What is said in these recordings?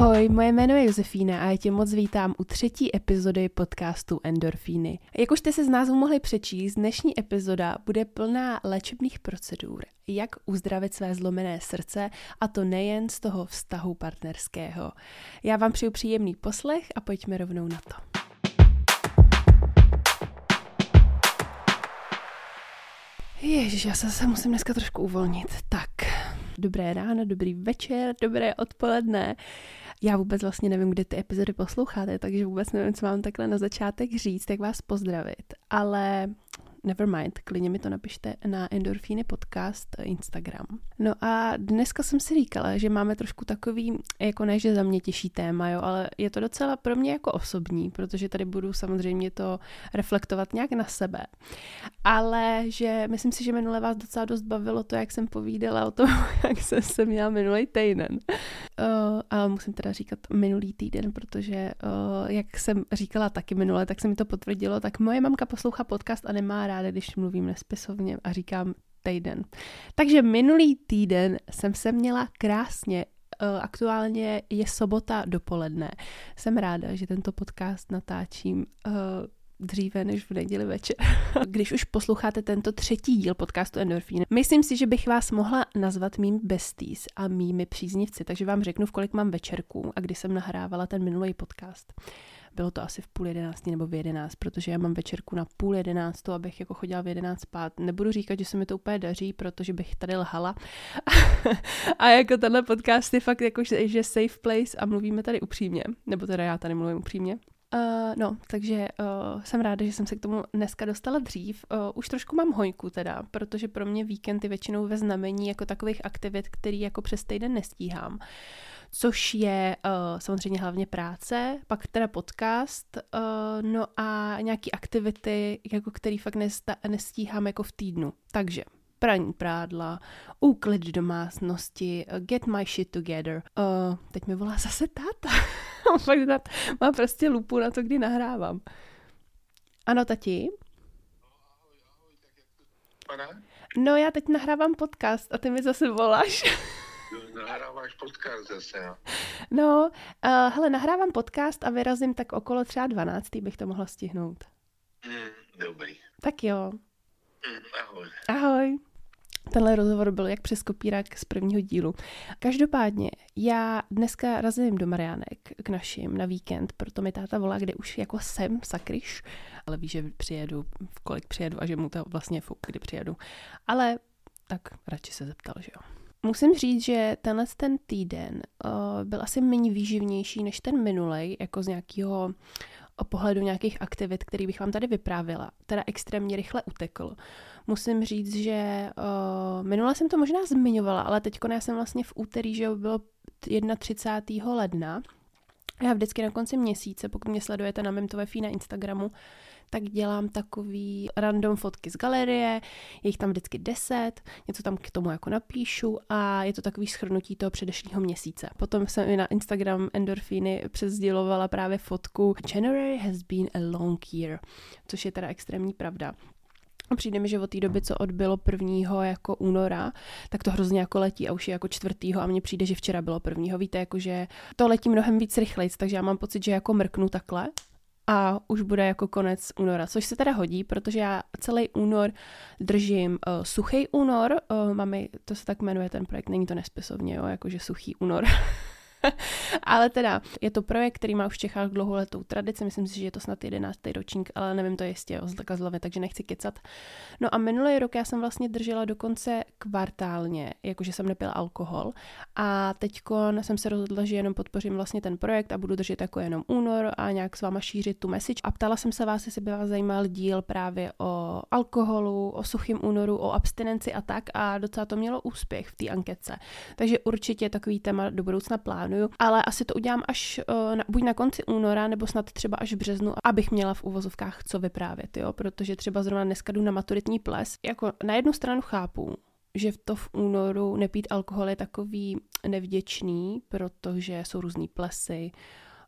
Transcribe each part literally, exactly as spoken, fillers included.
Ahoj, moje jméno je Josefína a já tě moc vítám u třetí epizody podcastu Endorfíny. Jak už jste se z názvu mohli přečíst, dnešní epizoda bude plná léčebných procedur, jak uzdravit své zlomené srdce, a to nejen z toho vztahu partnerského. Já vám přeju příjemný poslech a pojďme rovnou na to. Ježiš, já se zase musím dneska trošku uvolnit. Tak, dobré ráno, dobrý večer, dobré odpoledne. Já vůbec vlastně nevím, kde ty epizody posloucháte, takže vůbec nevím, co mám takhle na začátek říct, jak vás pozdravit. Ale never mind, klidně mi to napište na Endorfíny podcast Instagram. No a dneska jsem si říkala, že máme trošku takový, jako ne, že za mě těžší téma, jo, ale je to docela pro mě jako osobní, protože tady budu samozřejmě to reflektovat nějak na sebe. Ale že myslím si, že minule vás docela dost bavilo to, jak jsem povídala o tom, jak jsem se měla minulý týden. Uh, ale musím teda říkat minulý týden, protože uh, jak jsem říkala taky minule, tak se mi to potvrdilo, tak moje mamka poslouchá podcast a nemá ráda, když mluvím nespisovně a říkám týden. Takže minulý týden jsem se měla krásně. Aktuálně je sobota dopoledne. Jsem ráda, že tento podcast natáčím uh, dříve než v neděli večer. Když už posloucháte tento třetí díl podcastu Endorfíny, myslím si, že bych vás mohla nazvat mým besties a mými příznivci, takže vám řeknu, v kolik mám večerků a kdy jsem nahrávala ten minulý podcast. Bylo to asi v půl jedenácti nebo v jedenáct, protože já mám večerku na půl jedenáctou, abych jako chodila v jedenáct spát. Nebudu říkat, že se mi to úplně daří, protože bych tady lhala. A jako tenhle podcast je fakt jako, že safe place a mluvíme tady upřímně. Nebo teda já tady mluvím upřímně. Uh, no, takže uh, jsem ráda, že jsem se k tomu dneska dostala dřív. Uh, už trošku mám hojku teda, protože pro mě víkend je většinou ve znamení jako takových aktivit, který jako přes týden nestíhám. Což je uh, samozřejmě hlavně práce, pak teda podcast, uh, no a nějaký aktivity, jako který fakt nesta- nestíhám jako v týdnu. Takže praní prádla, úklid domácnosti, uh, get my shit together. Uh, teď mi volá zase táta. Fakt dát, má prostě lupu na to, kdy nahrávám. Ano, tati? Ahoj, ahoj, tak jak to vypadá? No, já teď nahrávám podcast a ty mi zase voláš. Nahráváš podcast zase, jo? No, uh, hele, nahrávám podcast a vyrazím tak okolo třeba dvanáctý bych to mohla stihnout. Mm, dobrý. Tak jo. Mm, ahoj. Ahoj. Tenhle rozhovor byl jak přes kopírák z prvního dílu. Každopádně, já dneska razím do Mariánek k našim na víkend, proto mi táta volá, kde už jako jsem, sakryš, ale ví, že přijedu, v kolik přijedu a že mu to vlastně fuk, kdy přijedu. Ale tak radši se zeptal, že jo. Musím říct, že tenhle ten týden uh, byl asi méně výživnější než ten minulej, jako z nějakého pohledu nějakých aktivit, který bych vám tady vyprávila. Teda extrémně rychle utekl. Musím říct, že uh, minule jsem to možná zmiňovala, ale teďko já jsem vlastně v úterý, že bylo třicátého prvního ledna. Já vždycky na konci měsíce, pokud mě sledujete na Memtové na Instagramu, tak dělám takový random fotky z galerie, je jich tam vždycky deset, něco tam k tomu jako napíšu a je to takový shrnutí toho předešlého měsíce. Potom jsem i na Instagram Endorfíny přesdělovala právě fotku January has been a long year, což je teda extrémní pravda. Přijde mi, že od té doby, co odbylo prvního jako února, tak to hrozně jako letí a už je jako čtvrtýho a mně přijde, že včera bylo prvního. Víte, jakože to letí mnohem víc rychlejc, takže já mám pocit, že jako mrknu takhle a už bude jako konec února, což se teda hodí, protože já celý únor držím uh, suchý únor, uh, máme, to se tak jmenuje ten projekt, není to nespisovně, jo, jakože suchý únor. Ale teda, je to projekt, který má už v Čechách dlouholetou tradici, myslím si, že je to snad jedenáctý ročník, ale nevím to jistě, jo, z hlavy, takže nechci kecat. No a minulý rok já jsem vlastně držela dokonce kvartálně, jakože jsem nepila alkohol a teďkon jsem se rozhodla, že jenom podpořím vlastně ten projekt a budu držet jako jenom únor a nějak s váma šířit tu message. A ptala jsem se vás, jestli by vás zajímal díl právě o alkoholu, o suchým únoru, o abstinenci a tak a docela to mělo úspěch v té anketce. Takže určitě takový téma do budoucna plánuju. Ale asi to udělám až uh, na, buď na konci února, nebo snad třeba až v březnu, abych měla v uvozovkách co vyprávět, jo, protože třeba zrovna dneska jdu na maturitní ples. Jako na jednu stranu chápu, že to v únoru nepít alkohol je takový nevděčný, protože jsou různý plesy,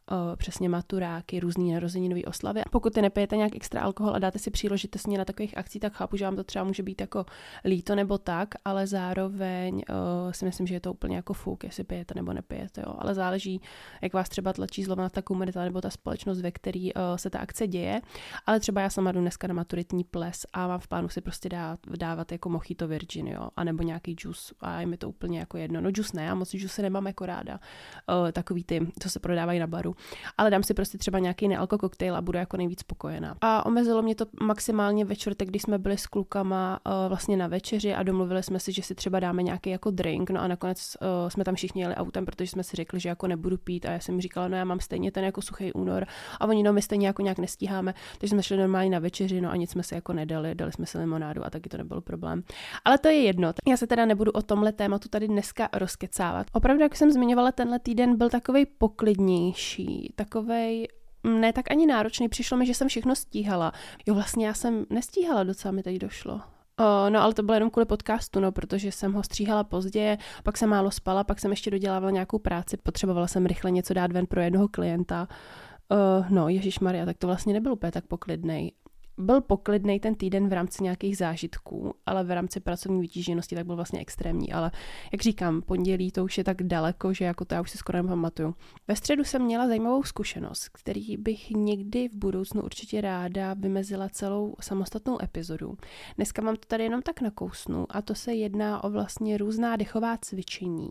uh, přesně maturáky, různý narozeninový oslavy. Pokud ty nepijete nějak extra alkohol a dáte si příležitostně na takových akcích, tak chápu, že vám to třeba může být jako líto nebo tak, ale zároveň uh, si myslím, že je to úplně jako fuk, jestli pijete nebo nepijete, jo. Ale záleží, jak vás třeba tlačí zrovna ta komunita nebo ta společnost, ve které uh, se ta akce děje. Ale třeba já sama jdu dneska na maturitní ples a mám v plánu si prostě dát, dávat jako mojito virgin, jo, anebo nějaký džus a je mi to úplně jako jedno. No džus ne, já moc džusy nemám jako ráda. Uh, takový ty, co se prodávají na baru. Ale dám si prostě třeba nějaký nealko koktejl a budu jako nejvíc spokojená. A omezilo mě to maximálně ve čtvrtek, když jsme byli s klukama uh, vlastně na večeři a domluvili jsme si, že si třeba dáme nějaký jako drink, no a nakonec uh, jsme tam všichni jeli autem, protože jsme si řekli, že jako nebudu pít a já jsem říkala, no já mám stejně ten jako suchý únor a oni no my stejně jako nějak nestíháme, takže jsme šli normálně na večeři, no a nic jsme si jako nedali, dali jsme si limonádu a taky to nebyl problém. Ale to je jedno. Já se teda nebudu o tomhle tématu tady dneska rozkecávat. Opravdu, jak jsem zmiňovala, tenhle týden byl takovej poklidnější, takovej ne tak ani náročný. Přišlo mi, že jsem všechno stíhala. Jo, vlastně já jsem nestíhala, docela mi teď došlo. O, no, ale to bylo jenom kvůli podcastu, no, protože jsem ho stříhala pozdě, pak jsem málo spala, pak jsem ještě dodělávala nějakou práci, potřebovala jsem rychle něco dát ven pro jednoho klienta. Uh, no, ježišmarja, tak to vlastně nebyl úplně tak poklidnej. Byl poklidnej ten týden v rámci nějakých zážitků, ale v rámci pracovní vytíženosti tak byl vlastně extrémní. Ale jak říkám, pondělí to už je tak daleko, že jako to já už si skoro nepamatuju. Ve středu jsem měla zajímavou zkušenost, který bych někdy v budoucnu určitě ráda vymezila celou samostatnou epizodu. Dneska mám to tady jenom tak nakousnu a to se jedná o vlastně různá dechová cvičení.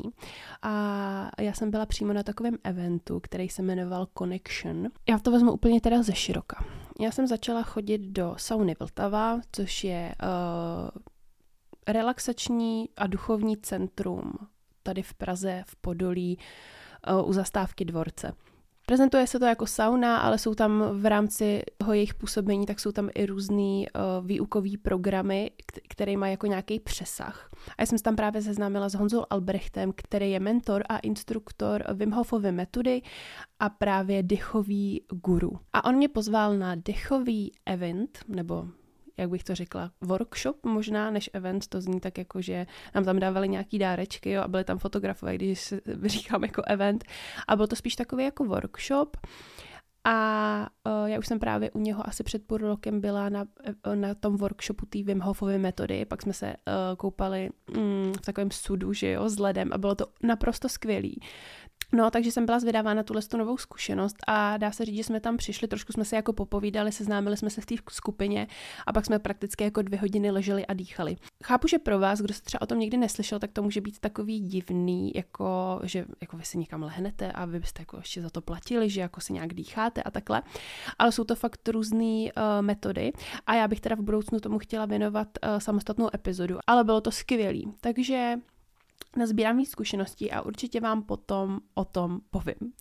A já jsem byla přímo na takovém eventu, který se jmenoval Connection. Já to vezmu úplně teda ze široka. Já jsem začala chodit do sauny Vltava, což je uh, relaxační a duchovní centrum tady v Praze, v Podolí, uh, u zastávky Dvorce. Prezentuje se to jako sauna, ale jsou tam v rámci toho jejich působení, tak jsou tam i různý uh, výukový programy, který má jako nějaký přesah. A já jsem se tam právě seznámila s Honzou Albrechtem, který je mentor a instruktor Wim Hofovy metody a právě dechový guru. A on mě pozval na dechový event, nebo jak bych to řekla, workshop možná než event, to zní tak jako, že nám tam dávali nějaký dárečky, jo, a byly tam fotografové, když říkám jako event. A byl to spíš takový jako workshop. A uh, já už jsem právě u něho asi před půl rokem byla na, na tom workshopu té Wim Hofovy metody, pak jsme se uh, koupali mm, v takovém sudu, že jo, s ledem a bylo to naprosto skvělý. No, takže jsem byla zvědavá na tuhle novou zkušenost a dá se říct, že jsme tam přišli, trošku jsme se jako popovídali, seznámili jsme se v té skupině a pak jsme prakticky jako dvě hodiny leželi a dýchali. Chápu, že pro vás, kdo se třeba o tom nikdy neslyšel, tak to může být takový divný, jako že jako vy si někam lehnete a vy byste jako ještě za to platili, že jako si nějak dýcháte a takhle, ale jsou to fakt různé uh, metody a já bych teda v budoucnu tomu chtěla věnovat uh, samostatnou epizodu, ale bylo to skvělý, takže nazbírám víc zkušeností a určitě vám potom o tom povím.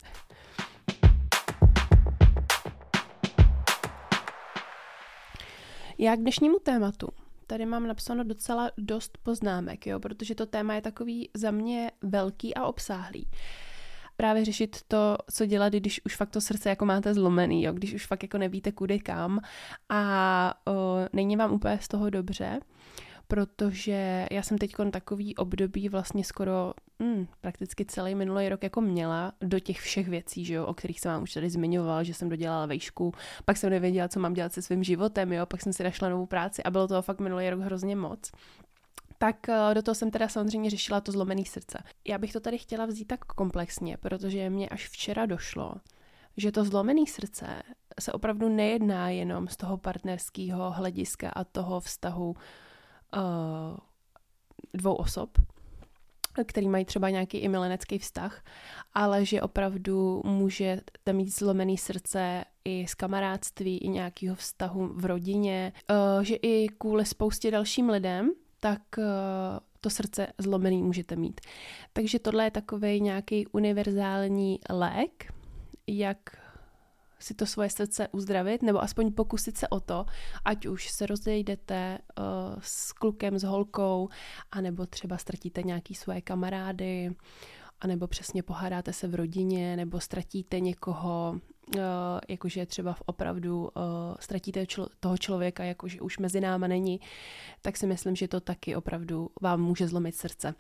Já k dnešnímu tématu tady mám napsáno docela dost poznámek, jo, protože to téma je takový za mě velký a obsáhlý. Právě řešit to, co dělat, když už fakt to srdce jako máte zlomený, jo, když už fakt jako nevíte kudy kam a o, není vám úplně z toho dobře, protože já jsem teď takový období vlastně skoro hmm, prakticky celý minulý rok jako měla do těch všech věcí, že jo, o kterých jsem vám už tady zmiňovala, že jsem dodělala vejšku, pak jsem nevěděla, co mám dělat se svým životem, jo, pak jsem si našla novou práci a bylo toho fakt minulý rok hrozně moc. Tak do toho jsem teda samozřejmě řešila to zlomené srdce. Já bych to tady chtěla vzít tak komplexně, protože mě až včera došlo, že to zlomené srdce se opravdu nejedná jenom z toho partnerského hlediska a toho vztahu Uh, dvou osob, který mají třeba nějaký i milenecký vztah, ale že opravdu můžete mít zlomený srdce i z kamarádství, i nějakého vztahu v rodině, uh, že i kvůli spoustě dalším lidem, tak uh, to srdce zlomený můžete mít. Takže tohle je takovej nějaký univerzální lék, jak si to svoje srdce uzdravit, nebo aspoň pokusit se o to, ať už se rozejdete uh, s klukem, s holkou, anebo třeba ztratíte nějaký svoje kamarády, anebo přesně pohádáte se v rodině, nebo ztratíte někoho, uh, jakože třeba v opravdu uh, ztratíte člo- toho člověka, jakože už mezi náma není, tak si myslím, že to taky opravdu vám může zlomit srdce.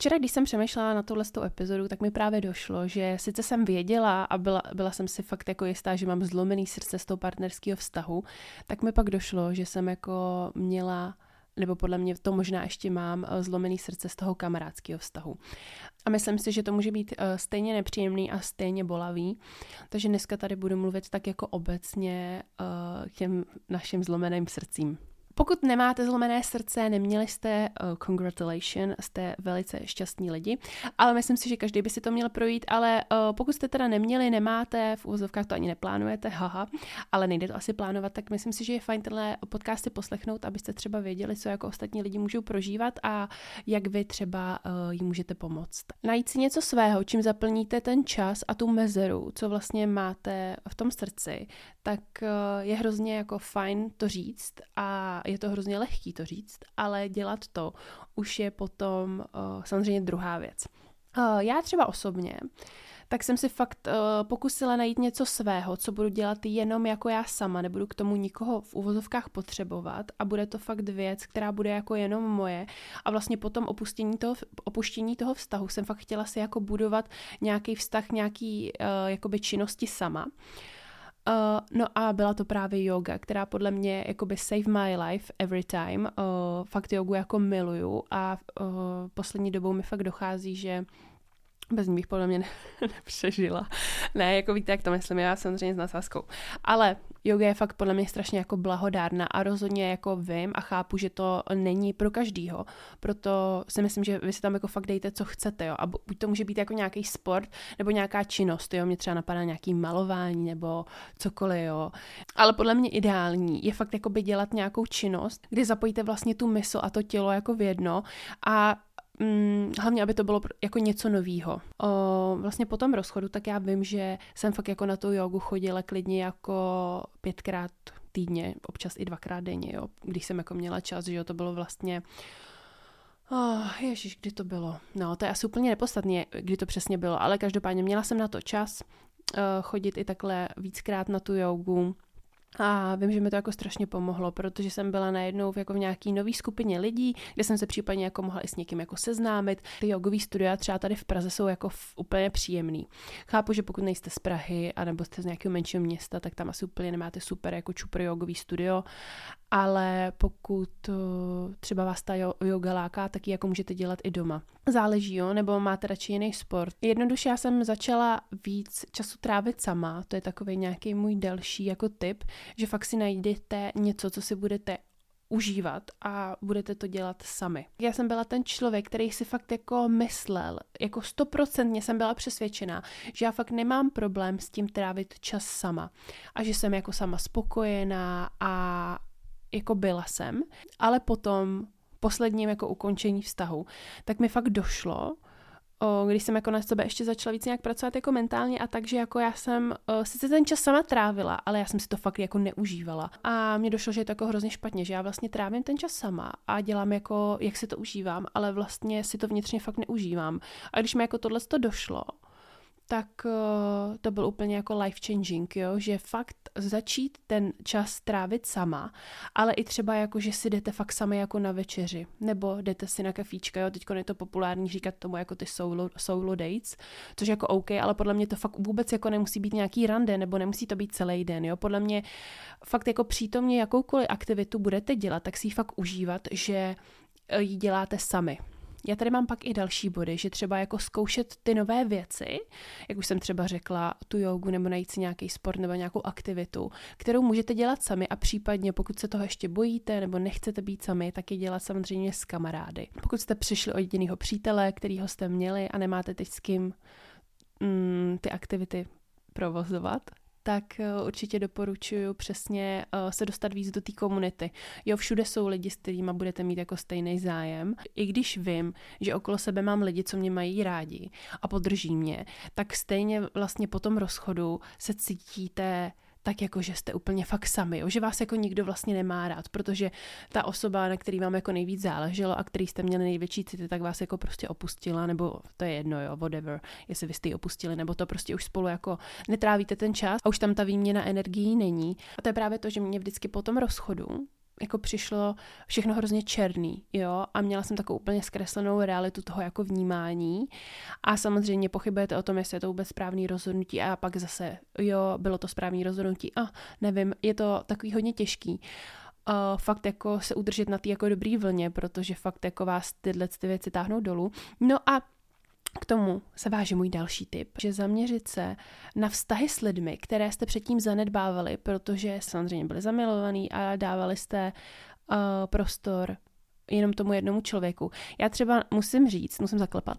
Včera, když jsem přemýšlela na tohle epizodu, tak mi právě došlo, že sice jsem věděla a byla, byla jsem si fakt jako jistá, že mám zlomený srdce z toho partnerského vztahu, tak mi pak došlo, že jsem jako měla, nebo podle mě to možná ještě mám, zlomený srdce z toho kamarádského vztahu. A myslím si, že to může být stejně nepříjemný a stejně bolavý. Takže dneska tady budu mluvit tak jako obecně k těm našim zlomeným srdcím. Pokud nemáte zlomené srdce, neměli jste, uh, congratulations, jste velice šťastní lidi, ale myslím si, že každý by si to měl projít, ale uh, pokud jste teda neměli, nemáte, v uvozovkách to ani neplánujete, haha, ale nejde to asi plánovat, tak myslím si, že je fajn tenhle podcast si poslechnout, abyste třeba věděli, co jako ostatní lidi můžou prožívat a jak vy třeba uh, jim můžete pomoct. Najít si něco svého, čím zaplníte ten čas a tu mezeru, co vlastně máte v tom srdci, tak uh, je hrozně jako fajn to říct a je to hrozně lehký to říct, ale dělat to už je potom uh, samozřejmě druhá věc. Uh, já třeba osobně, tak jsem si fakt uh, pokusila najít něco svého, co budu dělat jenom jako já sama, nebudu k tomu nikoho v uvozovkách potřebovat a bude to fakt věc, která bude jako jenom moje a vlastně potom opuštění toho, opuštění toho vztahu jsem fakt chtěla si jako budovat nějaký vztah, nějaký uh, jakoby činnosti sama. Uh, no a byla to právě yoga, která podle mě jakoby save my life every time. Uh, fakt jogu jako miluju a uh, poslední dobou mi fakt dochází, že bez ní bych podle mě nepřežila. Ne, jako víte, jak to myslím, já samozřejmě s nadsázkou. Ale yoga je fakt podle mě strašně jako blahodárná a rozhodně jako vím a chápu, že to není pro každýho. Proto si myslím, že vy si tam jako fakt dejte, co chcete, jo. A buď to může být jako nějaký sport nebo nějaká činnost, jo. Mě třeba napadá nějaký malování nebo cokoliv, jo. Ale podle mě ideální je fakt jakoby dělat nějakou činnost, kdy zapojíte vlastně tu mysl a to tělo jako v jedno a Mm, hlavně, aby to bylo jako něco novýho. O, vlastně po tom rozchodu, tak já vím, že jsem fakt jako na tu jogu chodila klidně jako pětkrát týdně, občas i dvakrát denně, jo. Když jsem jako měla čas, že jo, to bylo vlastně oh, ježiš, kdy to bylo? No, to je asi úplně nepodstatné, kdy to přesně bylo, ale každopádně měla jsem na to čas uh, chodit i takhle víckrát na tu jogu. A vím, že mi to jako strašně pomohlo, protože jsem byla najednou v, jako v nějaký nový skupině lidí, kde jsem se případně jako mohla i s někým jako seznámit. Ty jogový studia třeba tady v Praze jsou jako v, úplně příjemný. Chápu, že pokud nejste z Prahy anebo jste z nějakého menšího města, tak tam asi úplně nemáte super jako čupr jogový studio, ale pokud uh, třeba vás ta yoga láká, tak ji jako můžete dělat i doma. Záleží, jo, nebo máte radši jiný sport. Jednoduše já jsem začala víc času trávit sama, to je takový nějaký můj další jako tip, že fakt si najdete něco, co si budete užívat a budete to dělat sami. Já jsem byla ten člověk, který si fakt jako myslel, jako stoprocentně jsem byla přesvědčená, že já fakt nemám problém s tím trávit čas sama a že jsem jako sama spokojená a jako byla jsem, ale potom posledním jako ukončení vztahu, tak mi fakt došlo, o, když jsem jako na sebe ještě začala víc nějak pracovat jako mentálně a takže jako já jsem o, sice ten čas sama trávila, ale já jsem si to fakt jako neužívala. A mně došlo, že je to jako hrozně špatně, že já vlastně trávím ten čas sama a dělám jako, jak si to užívám, ale vlastně si to vnitřně fakt neužívám. A když mi jako tohle to došlo, tak uh, to byl úplně jako life changing, jo, že fakt začít ten čas trávit sama, ale i třeba jako, že si jdete fakt sami jako na večeři, nebo jdete si na kafíčka, jo, teďko je to populární říkat tomu jako ty solo, solo dates, což jako OK, ale podle mě to fakt vůbec jako nemusí být nějaký rande, nebo nemusí to být celý den, jo, podle mě fakt jako přítomně jakoukoliv aktivitu budete dělat, tak si ji fakt užívat, že ji děláte sami. Já tady mám pak i další body, že třeba jako zkoušet ty nové věci, jak už jsem třeba řekla, tu jogu nebo najít si nějaký sport nebo nějakou aktivitu, kterou můžete dělat sami a případně pokud se toho ještě bojíte nebo nechcete být sami, tak je dělat samozřejmě s kamarády. Pokud jste přišli od jedinýho přítele, kterýho jste měli a nemáte teď s kým mm, ty aktivity provozovat, tak určitě doporučuji přesně se dostat víc do té komunity. Jo, všude jsou lidi, s kterými budete mít jako stejný zájem. I když vím, že okolo sebe mám lidi, co mě mají rádi a podrží mě, tak stejně vlastně po tom rozchodu se cítíte tak jako, že jste úplně fakt sami, jo? Že vás jako nikdo vlastně nemá rád, protože ta osoba, na který vám jako nejvíc záleželo a který jste měli největší city, tak vás jako prostě opustila, nebo to je jedno, jo, whatever, jestli vy jste ji opustili, nebo to prostě už spolu jako netrávíte ten čas a už tam ta výměna energií není. A to je právě to, že mě vždycky po tom rozchodu jako přišlo všechno hrozně černý, jo, a měla jsem takovou úplně zkreslenou realitu toho jako vnímání a samozřejmě pochybujete o tom, jestli je to vůbec správný rozhodnutí a pak zase, jo, bylo to správný rozhodnutí a nevím, je to takový hodně těžký. Uh, fakt jako se udržet na té jako dobrý vlně, protože fakt jako vás tyhle ty věci táhnou dolů. No a k tomu se váže můj další tip, že zaměřit se na vztahy s lidmi, které jste předtím zanedbávali, protože samozřejmě byli zamilovaní a dávali jste uh, prostor jenom tomu jednomu člověku. Já třeba musím říct, musím zaklepat,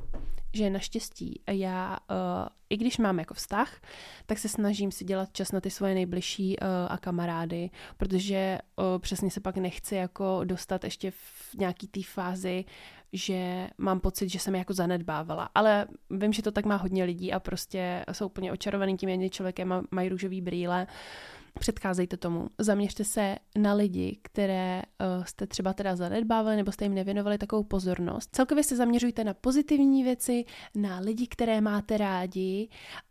že naštěstí já, uh, i když mám jako vztah, tak se snažím si dělat čas na ty svoje nejbližší uh, a kamarády, protože uh, přesně se pak nechci jako dostat ještě v nějaký té fázi, že mám pocit, že jsem je jako zanedbávala. Ale vím, že to tak má hodně lidí a prostě jsou úplně očarovaný tím jedním člověkem a mají růžový brýle. Předcházejte tomu. Zaměřte se na lidi, které uh, jste třeba teda zanedbávali nebo jste jim nevěnovali takovou pozornost. Celkově se zaměřujte na pozitivní věci, na lidi, které máte rádi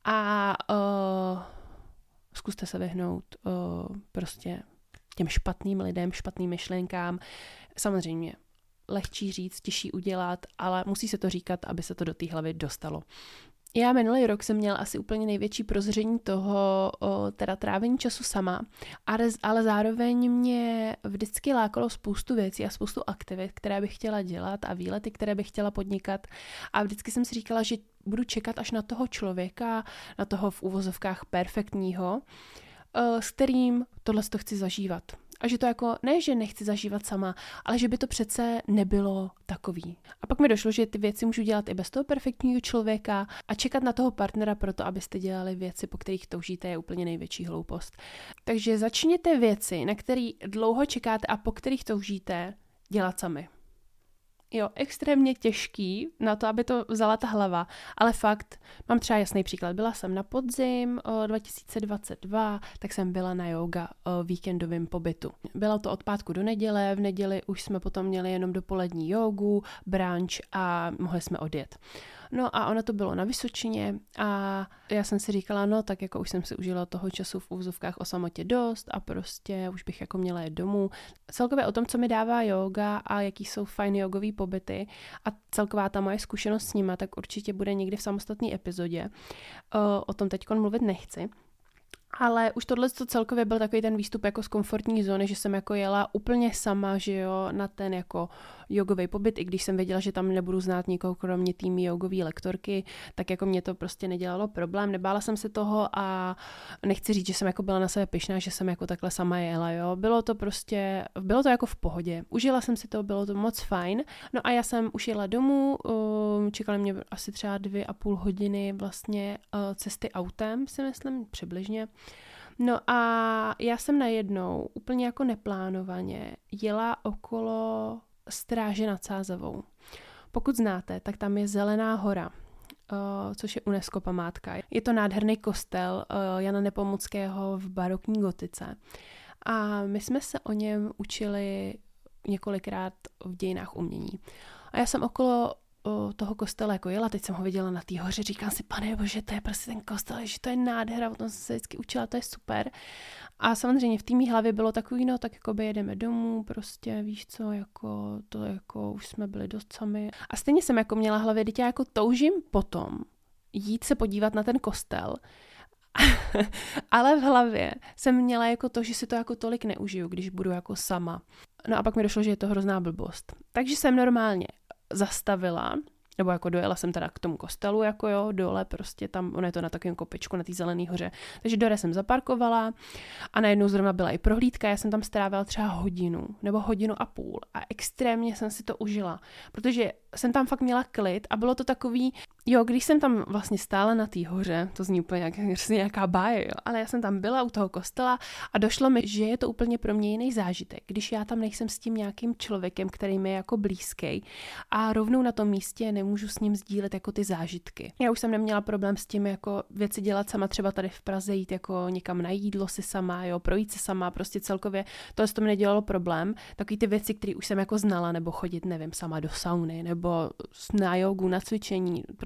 a uh, zkuste se vyhnout uh, prostě těm špatným lidem, špatným myšlenkám. Samozřejmě lehčí říct, těžší udělat, ale musí se to říkat, aby se to do té hlavy dostalo. Já minulý rok jsem měla asi úplně největší prozření toho, o, teda trávení času sama, ale, ale zároveň mě vždycky lákalo spoustu věcí a spoustu aktivit, které bych chtěla dělat a výlety, které bych chtěla podnikat a vždycky jsem si říkala, že budu čekat až na toho člověka, na toho v úvozovkách perfektního, s kterým tohle to chci zažívat. A že to jako, ne, že nechci zažívat sama, ale že by to přece nebylo takový. A pak mi došlo, že ty věci můžu dělat i bez toho perfektního člověka a čekat na toho partnera proto, abyste dělali věci, po kterých toužíte, je úplně největší hloupost. Takže začněte věci, na které dlouho čekáte a po kterých toužíte, dělat sami. Jo, extrémně těžký na to, aby to vzala ta hlava, ale fakt, mám třeba jasný příklad. Byla jsem na podzim o, dva tisíce dvacet dva, tak jsem byla na yoga o, víkendovém pobytu. Bylo to od pátku do neděle, v neděli už jsme potom měli jenom dopolední jogu, brunch a mohli jsme odjet. No a ono to bylo na Vysočině a já jsem si říkala, no tak jako už jsem si užila toho času v úvozovkách o samotě dost a prostě už bych jako měla jet domů. Celkově o tom, co mi dává yoga a jaký jsou fajn jogový pobyty a celková ta moje zkušenost s nima, tak určitě bude někdy v samostatné epizodě. O, o tom teďkon mluvit nechci. Ale už tohle to celkově byl takový ten výstup jako z komfortní zóny, že jsem jako jela úplně sama, že jo, na ten jako jogový pobyt, i když jsem věděla, že tam nebudu znát nikoho kromě tým jogový lektorky, tak jako mě to prostě nedělalo problém, nebála jsem se toho a nechci říct, že jsem jako byla na sebe pyšná, že jsem jako takhle sama jela, jo, bylo to prostě, bylo to jako v pohodě, užila jsem si to, bylo to moc fajn, no a já jsem už jela domů, čekala mě asi třeba dvě a půl hodiny vlastně cesty autem, si myslím, přibližně. No a já jsem najednou úplně jako neplánovaně jela okolo Stráže nad Sázavou. Pokud znáte, tak tam je Zelená hora, což je UNESCO památka. Je to nádherný kostel Jana Nepomuckého v barokní gotice. A my jsme se o něm učili několikrát v dějinách umění. A já jsem okolo toho kostela jako jela, teď jsem ho viděla na té hoře, říkám si, pane bože, to je prostě ten kostel, že to je nádhera, o tom jsem se vždycky učila, to je super. A samozřejmě v té mý hlavě bylo takový, no tak jako by jedeme domů, prostě víš co, jako to jako už jsme byli dost sami. A stejně jsem jako měla hlavě, teď já jako toužím potom jít se podívat na ten kostel, ale v hlavě jsem měla jako to, že si to jako tolik neužiju, když budu jako sama. No a pak mi došlo, že je to hrozná blbost. Takže jsem normálně zastavila, nebo jako dojela jsem teda k tomu kostelu, jako jo, dole prostě tam, ono je to na takovém kopečku na té Zelené hoře, takže dole jsem zaparkovala a najednou zrovna byla i prohlídka, já jsem tam strávila třeba hodinu, nebo hodinu a půl a extrémně jsem si to užila, protože jsem tam fakt měla klid a bylo to takový, jo, když jsem tam vlastně stála na té hoře, to zní úplně jak, nějaká báje, jo, ale já jsem tam byla u toho kostela a došlo mi, že je to úplně pro mě jiný zážitek, když já tam nejsem s tím nějakým člověkem, který mi je jako blízký a rovnou na tom místě nemůžu s ním sdílet jako ty zážitky. Já už jsem neměla problém s tím jako věci dělat sama, třeba tady v Praze jít jako někam na jídlo si sama, jo, projít se sama, prostě celkově to to mi nedělalo problém. Takový ty věci, které už jsem jako znala, nebo chodit, nevím, sama do sauny, nebo na jogu, na cvičení, prostě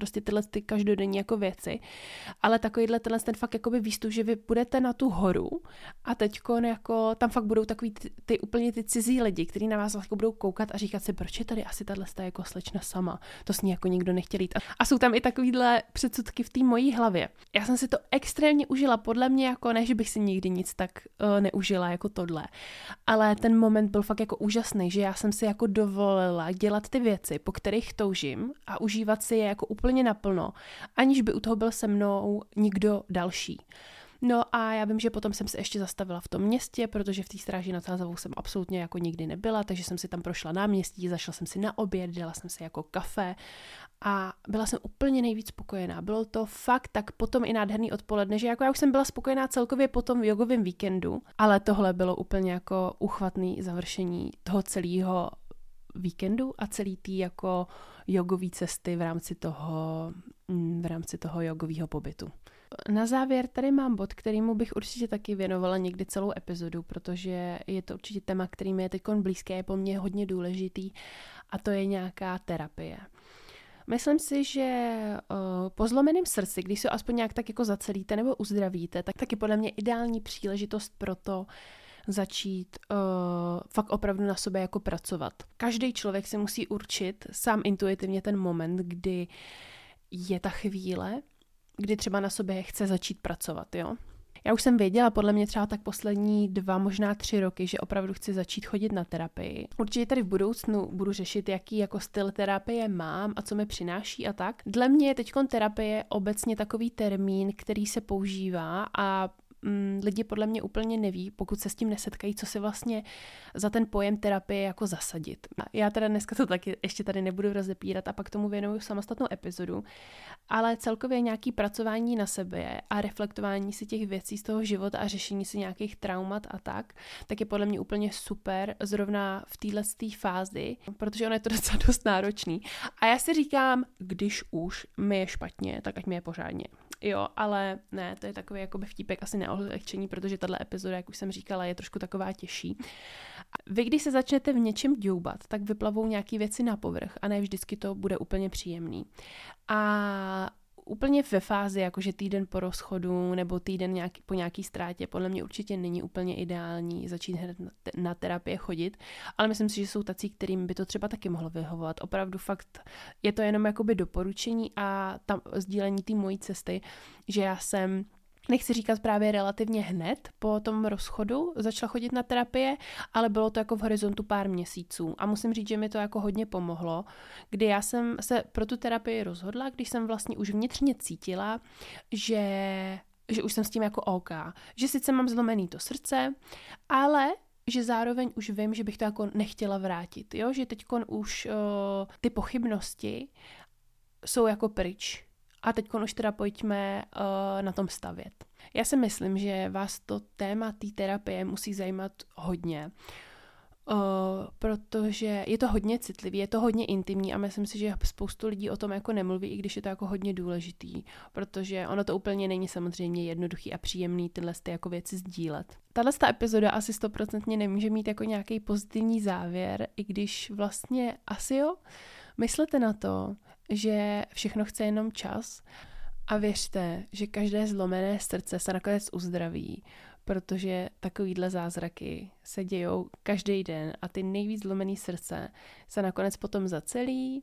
prostě tyhle ty každodenní jako věci, ale takovýhle tenhle ten fakt jakoby výstup, že vy budete na tu horu a teďko jako tam fakt budou takový ty, ty úplně ty cizí lidi, kteří na vás jako budou koukat a říkat si, proč je tady asi tahle jako slečna sama, to s ní jako nikdo nechtěl jít. A jsou tam i takovýhle předsudky v té mojí hlavě. Já jsem si to extrémně užila, podle mě jako ne, že bych si nikdy nic tak uh, neužila jako tohle, ale ten moment byl fakt jako úžasný, že já jsem si jako dovolila dělat ty věci, po kterých toužím a užívat si je jako úplně naplno, aniž by u toho byl se mnou nikdo další. No a já vím, že potom jsem se ještě zastavila v tom městě, protože v té Stráži nad Sázavou jsem absolutně jako nikdy nebyla, takže jsem si tam prošla náměstí, zašla jsem si na oběd, dala jsem si jako kafe a byla jsem úplně nejvíc spokojená. Bylo to fakt tak potom i nádherný odpoledne, že jako já už jsem byla spokojená celkově po tom jogovém víkendu, ale tohle bylo úplně jako uchvatný završení toho celého víkendu a celý tý jako jogový cesty v rámci toho, v rámci toho jogového pobytu. Na závěr tady mám bod, kterýmu bych určitě taky věnovala někdy celou epizodu, protože je to určitě téma, který mi je teď blízké, je po mně hodně důležitý a to je nějaká terapie. Myslím si, že uh, po zlomeném srdci, když se aspoň nějak tak jako zacelíte nebo uzdravíte, tak taky podle mě ideální příležitost pro to začít uh, fakt opravdu na sobě jako pracovat. Každý člověk si musí určit sám intuitivně ten moment, kdy je ta chvíle, kdy třeba na sobě chce začít pracovat, jo. Já už jsem věděla, podle mě třeba tak poslední dva, možná tři roky, že opravdu chci začít chodit na terapii. Určitě tady v budoucnu budu řešit, jaký jako styl terapie mám a co mi přináší a tak. Dle mě je teďkon terapie obecně takový termín, který se používá a mm, lidi podle mě úplně neví, pokud se s tím nesetkají, co si vlastně za ten pojem terapie jako zasadit. Já teda dneska to taky ještě tady nebudu rozepírat a pak tomu věnuju samostatnou epizodu, ale celkově nějaký pracování na sebe a reflektování si těch věcí z toho života a řešení si nějakých traumat a tak, tak je podle mě úplně super zrovna v této fázi, protože ono je to docela dost náročný. A já si říkám, když už mi je špatně, tak ať mi je pořádně. Jo, ale ne, to je takový jakoby vtípek asi neodlehčení, protože tahle epizoda, jak už jsem říkala, je trošku taková těžší. Vy, když se začnete v něčem děubat, tak vyplavou nějaký věci na povrch a ne vždycky to bude úplně příjemný. A úplně ve fázi, jakože týden po rozchodu nebo týden nějaký, po nějaký ztrátě, podle mě určitě není úplně ideální začít hned na, te- na terapie chodit, ale myslím si, že jsou tací, kterým by to třeba taky mohlo vyhovovat. Opravdu fakt je to jenom jakoby doporučení a tam sdílení té mojí cesty, že já jsem nechci říkat právě relativně hned po tom rozchodu začala chodit na terapie, ale bylo to jako v horizontu pár měsíců. A musím říct, že mi to jako hodně pomohlo, kdy já jsem se pro tu terapii rozhodla, když jsem vlastně už vnitřně cítila, že, že už jsem s tím jako OK. Že sice mám zlomený to srdce, ale že zároveň už vím, že bych to jako nechtěla vrátit. Jo? Že teďkon už uh, ty pochybnosti jsou jako pryč. A teď už teda pojďme uh, na tom stavět. Já si myslím, že vás to téma té terapie musí zajímat hodně, uh, protože je to hodně citlivý, je to hodně intimní a myslím si, že spoustu lidí o tom jako nemluví, i když je to jako hodně důležitý, protože ono to úplně není samozřejmě jednoduchý a příjemný tyhle ty jako věci sdílet. Tahle epizoda asi stoprocentně nemůže mít jako nějaký pozitivní závěr, i když vlastně asi jo, myslete na to, že všechno chce jenom čas a věřte, že každé zlomené srdce se nakonec uzdraví, protože takovýhle zázraky se dějou každý den a ty nejvíc zlomený srdce se nakonec potom zacelí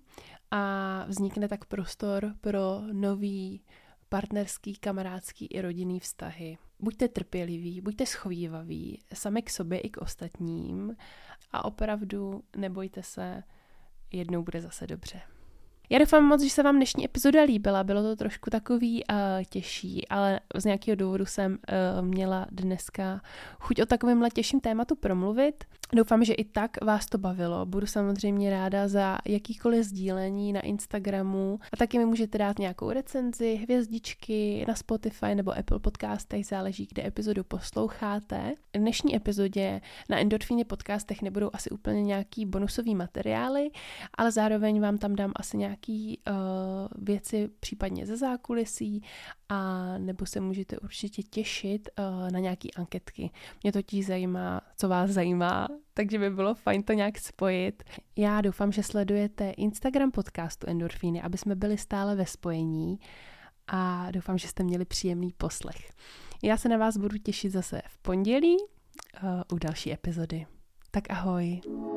a vznikne tak prostor pro nový partnerský, kamarádský i rodinný vztahy. Buďte trpěliví, buďte schovývaví, sami k sobě i k ostatním a opravdu nebojte se, jednou bude zase dobře. Já doufám moc, že se vám dnešní epizoda líbila, bylo to trošku takový uh, těžší, ale z nějakého důvodu jsem uh, měla dneska chuť o takovémhle těžším tématu promluvit. Doufám, že i tak vás to bavilo. Budu samozřejmě ráda za jakýkoliv sdílení na Instagramu a taky mi můžete dát nějakou recenzi, hvězdičky na Spotify nebo Apple Podcastech, záleží, kde epizodu posloucháte. V dnešní epizodě na Endorfíně podcastech nebudou asi úplně nějaký bonusový materiály, ale zároveň vám tam dám asi nějaký nějaký uh, věci případně ze zákulisí a nebo se můžete určitě těšit uh, na nějaký anketky. Mě totiž zajímá, co vás zajímá, takže by bylo fajn to nějak spojit. Já doufám, že sledujete Instagram podcastu Endorfíny, aby jsme byli stále ve spojení a doufám, že jste měli příjemný poslech. Já se na vás budu těšit zase v pondělí uh, u další epizody. Tak ahoj.